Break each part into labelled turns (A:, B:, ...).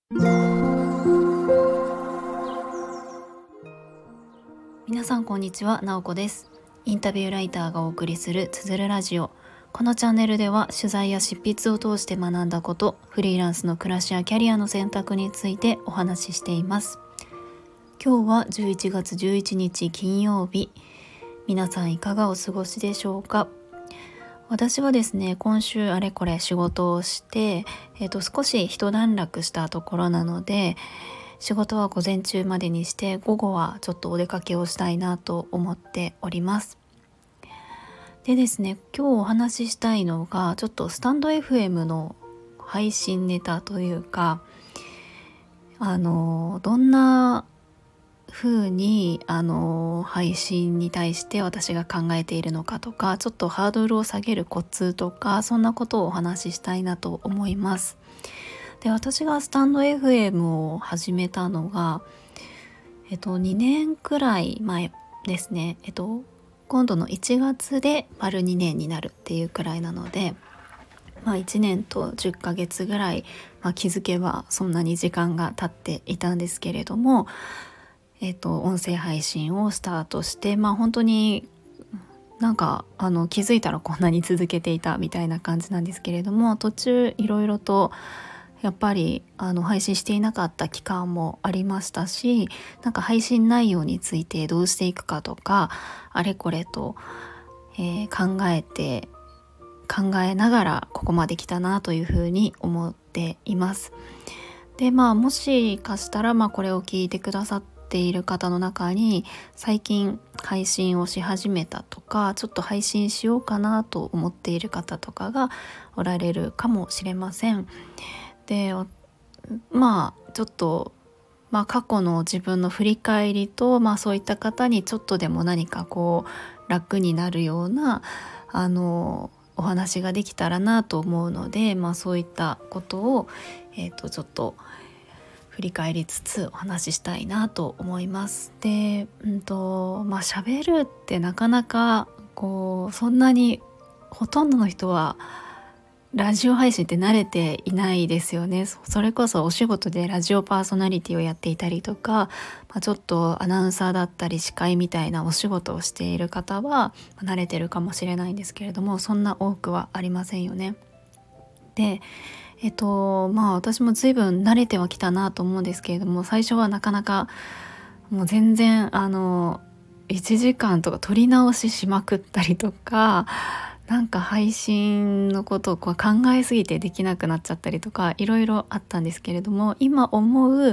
A: 皆さんこんにちは、なおこです。インタビューライターがお送りするつづるラジオ。このチャンネルでは取材や執筆を通して学んだこと、フリーランスの暮らしやキャリアの選択についてお話ししています。今日は11月11日金曜日。皆さんいかがお過ごしでしょうか。私はですね、今週あれこれ仕事をして、少し一段落したところなので、仕事は午前中までにして午後はちょっとお出かけをしたいなと思っております。でですね、今日お話ししたいのがちょっとスタンド FM の配信ネタというか、どんな風に配信に対して私が考えているのかとか、ちょっとハードルを下げるコツとか、そんなことをお話ししたいなと思います。で、私がスタンド FM を始めたのが2年くらい前ですね。今度の1月で丸2年になるっていうくらいなので、1年と10ヶ月ぐらい、気づけばそんなに時間が経っていたんですけれども、音声配信をスタートして、本当に気づいたらこんなに続けていたみたいな感じなんですけれども、途中いろいろとやっぱり配信していなかった期間もありましたし、配信内容についてどうしていくかとか、あれこれと、考えながらここまで来たなというふうに思っています。で、もしかしたらこれを聞いてくださっている方の中に最近配信をし始めたとか、ちょっと配信しようかなと思っている方とかがおられるかもしれません。で、ちょっと過去の自分の振り返りと、そういった方にちょっとでも何か楽になるようなお話ができたらなと思うので、そういったことをちょっと振り返りつつお話ししたいなと思います。で、喋るってなかなかそんなにほとんどの人はラジオ配信って慣れていないですよね。それこそお仕事でラジオパーソナリティをやっていたりとか、ちょっとアナウンサーだったり司会みたいなお仕事をしている方は慣れてるかもしれないんですけれども、そんな多くはありませんよね。で、私も随分慣れてはきたなと思うんですけれども、最初はなかなかもう全然1時間とか撮り直ししまくったりとか、配信のことを考えすぎてできなくなっちゃったりとか、いろいろあったんですけれども、今思う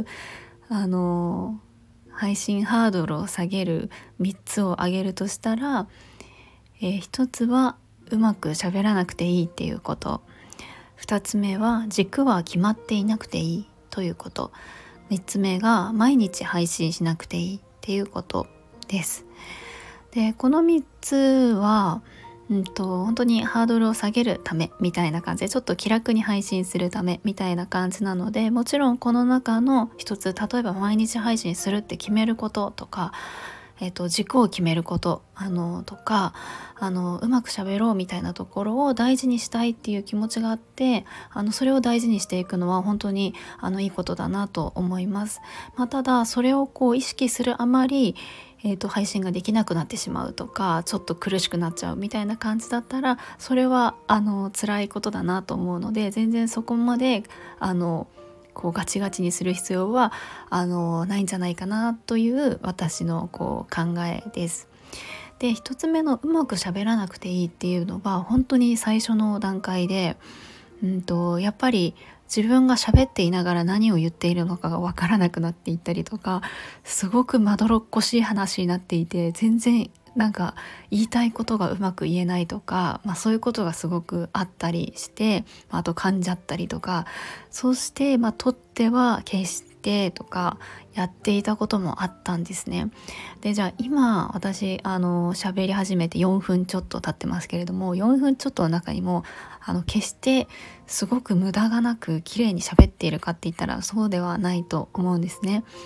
A: 配信ハードルを下げる3つを挙げるとしたら、1つはうまく喋らなくていいっていうこと、2つ目は軸は決まっていなくていいということ、3つ目が毎日配信しなくていいっていうことです。で、この3つは本当にハードルを下げるためみたいな感じで、ちょっと気楽に配信するためみたいな感じなので、もちろんこの中の一つ、例えば毎日配信するって決めることとか、軸を決めることとか、うまく喋ろうみたいなところを大事にしたいっていう気持ちがあって、それを大事にしていくのは本当にいいことだなと思います。ただそれを意識するあまり配信ができなくなってしまうとか、ちょっと苦しくなっちゃうみたいな感じだったら、それは辛いことだなと思うので、全然そこまでガチガチにする必要はないんじゃないかなという私の考えです。で、一つ目のうまく喋らなくていいっていうのは本当に最初の段階で、やっぱり自分が喋っていながら何を言っているのかが分からなくなっていったりとか、すごくまどろっこしい話になっていて、全然言いたいことがうまく言えないとか、そういうことがすごくあったりして、あと噛んじゃったりとか、そして取っては消してとかやっていたこともあったんですね。で、じゃあ今私喋り始めて4分ちょっと経ってますけれども、4分ちょっとの中にも決してすごく無駄がなく綺麗に喋っているかって言ったらそうではないと思うんですね。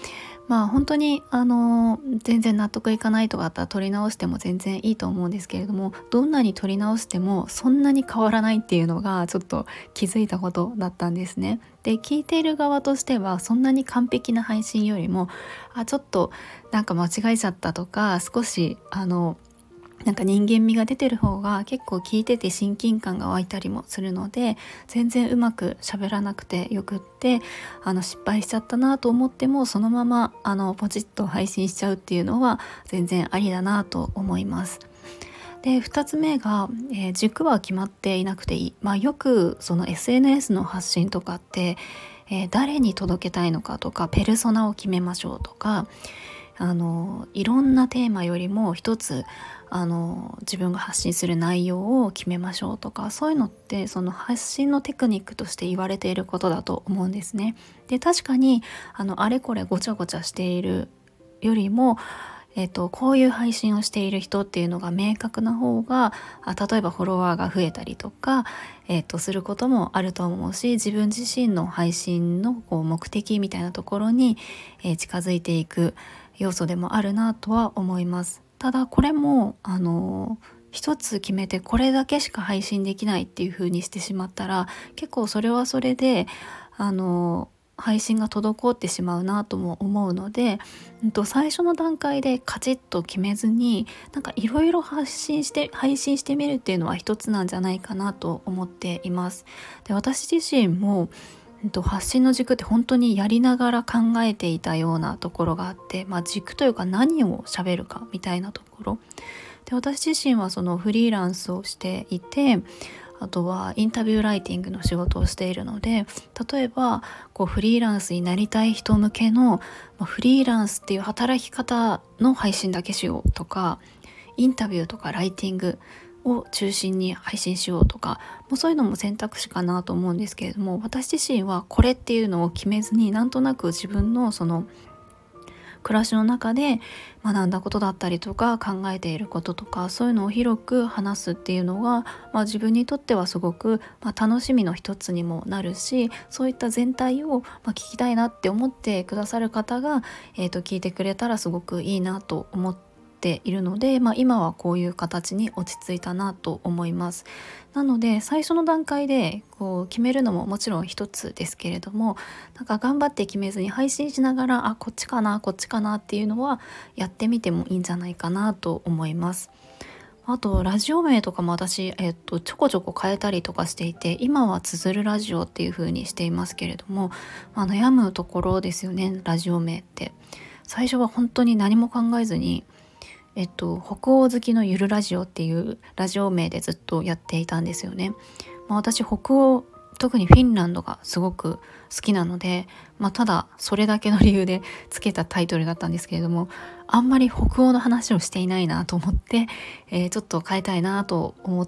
A: 本当に全然納得いかないとかあったら撮り直しても全然いいと思うんですけれども、どんなに撮り直してもそんなに変わらないっていうのがちょっと気づいたことだったんですね。で、聞いている側としてはそんなに完璧な配信よりもちょっとなんか間違えちゃったとか、少しなんか人間味が出てる方が結構聞いてて親近感が湧いたりもするので、全然うまく喋らなくてよくって、失敗しちゃったなと思ってもそのままポチッと配信しちゃうっていうのは全然ありだなと思います。で、2つ目が、軸は決まっていなくていい。よくその SNS の発信とかって、誰に届けたいのかとか、ペルソナを決めましょうとか、いろんなテーマよりも一つ自分が発信する内容を決めましょうとか、そういうのってその発信のテクニックとして言われていることだと思うんですね。で、確かにあれこれごちゃごちゃしているよりも、こういう配信をしている人っていうのが明確な方が、例えばフォロワーが増えたりとか、することもあると思うし、自分自身の配信の目的みたいなところに、近づいていく要素でもあるなとは思います。ただこれも一つ決めてこれだけしか配信できないっていう風にしてしまったら、結構それはそれで配信が滞ってしまうなとも思うので、最初の段階でカチッと決めずに、なんかいろいろ配信してみるっていうのは一つなんじゃないかなと思っています。で、私自身も発信の軸って本当にやりながら考えていたようなところがあって、軸というか何を喋るかみたいなところで、私自身はそのフリーランスをしていて、あとはインタビューライティングの仕事をしているので、例えばフリーランスになりたい人向けのフリーランスっていう働き方の配信だけしようとか、インタビューとかライティングを中心に配信しようとか、もうそういうのも選択肢かなと思うんですけれども、私自身はこれっていうのを決めずに、なんとなく自分のその暮らしの中で学んだことだったりとか、考えていることとか、そういうのを広く話すっていうのが、自分にとってはすごく、楽しみの一つにもなるし、そういった全体を、聞きたいなって思ってくださる方が、聞いてくれたらすごくいいなと思っているので、今はこういう形に落ち着いたなと思います。なので最初の段階で決めるのももちろん一つですけれども、なんか頑張って決めずに配信しながら、こっちかなこっちかなっていうのはやってみてもいいんじゃないかなと思います。あとラジオ名とかも私、ちょこちょこ変えたりとかしていて、今はつづるラジオっていう風にしていますけれども、悩むところですよね、ラジオ名って。最初は本当に何も考えずに北欧好きのゆるラジオっていうラジオ名でずっとやっていたんですよね。私北欧、特にフィンランドがすごく好きなので、ただそれだけの理由でつけたタイトルだったんですけれども、あんまり北欧の話をしていないなと思って、ちょっと変えたいなと思って、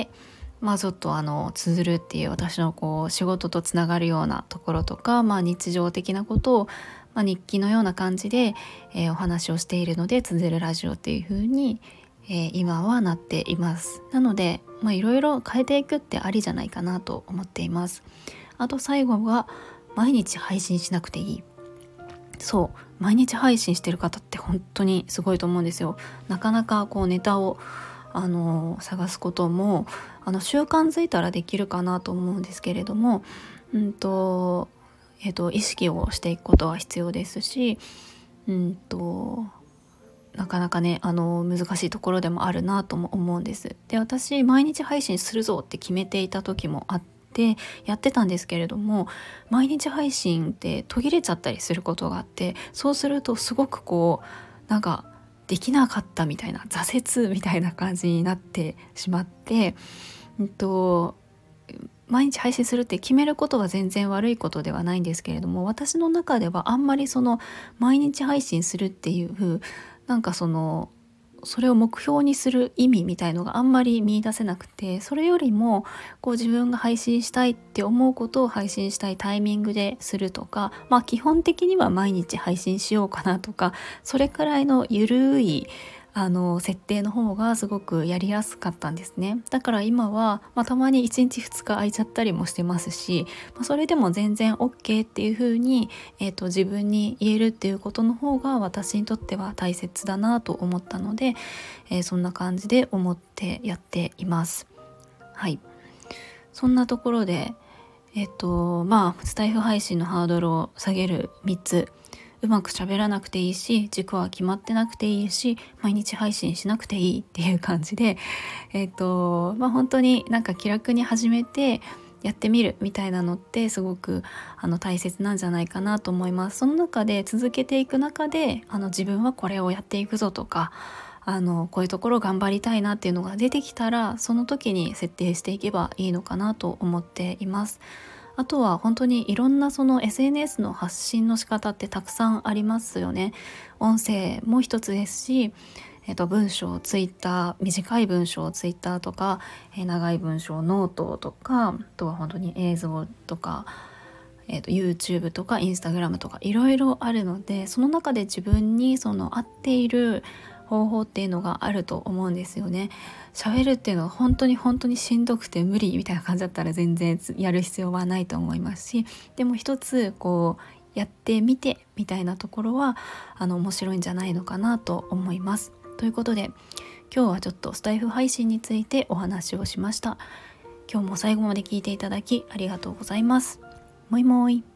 A: ちょっとつづるっていう私の仕事とつながるようなところとか、日常的なことを日記のような感じで、お話をしているので、つづるラジオっていう風に、今はなっています。なのでいろいろ変えていくってありじゃないかなと思っています。あと最後は毎日配信しなくていい。そう毎日配信してる方って本当にすごいと思うんですよ。なかなかネタを探すことも習慣づいたらできるかなと思うんですけれども、意識をしていくことは必要ですし、なかなかね難しいところでもあるなとも思うんです。で、私毎日配信するぞって決めていた時もあってやってたんですけれども、毎日配信って途切れちゃったりすることがあって、そうするとすごくなんかできなかったみたいな、挫折みたいな感じになってしまって、毎日配信するって決めることは全然悪いことではないんですけれども、私の中ではあんまり毎日配信するっていうなんかそれを目標にする意味みたいのがあんまり見出せなくて、それよりも自分が配信したいって思うことを配信したいタイミングでするとか、基本的には毎日配信しようかなとか、それくらいのゆるい設定の方がすごくやりやすかったんですね。だから今は、たまに1日2日空いちゃったりもしてますし、それでも全然 OK っていう風に、自分に言えるっていうことの方が私にとっては大切だなと思ったので、そんな感じで思ってやっています。はい。そんなところでスタイフ配信のハードルを下げる3つ、うまく喋らなくていいし、軸は決まってなくていいし、毎日配信しなくていいっていう感じで、本当になんか気楽に始めてやってみるみたいなのってすごく大切なんじゃないかなと思います。その中で続けていく中で自分はこれをやっていくぞとか、こういうところ頑張りたいなっていうのが出てきたら、その時に設定していけばいいのかなと思っています。あとは本当にいろんなその SNS の発信の仕方ってたくさんありますよね。音声も一つですし、文章ツイッター、短い文章ツイッターとか、長い文章ノートとか、あとは本当に映像とか、YouTube とか Instagram とかいろいろあるので、その中で自分にその合っている方法っていうのがあると思うんですよね。喋るっていうのは本当に本当にしんどくて無理みたいな感じだったら全然やる必要はないと思いますし、でも一つこうやってみてみたいなところは面白いんじゃないのかなと思います。ということで今日はちょっとスタイフ配信についてお話をしました。今日も最後まで聞いていただきありがとうございます。もいもい。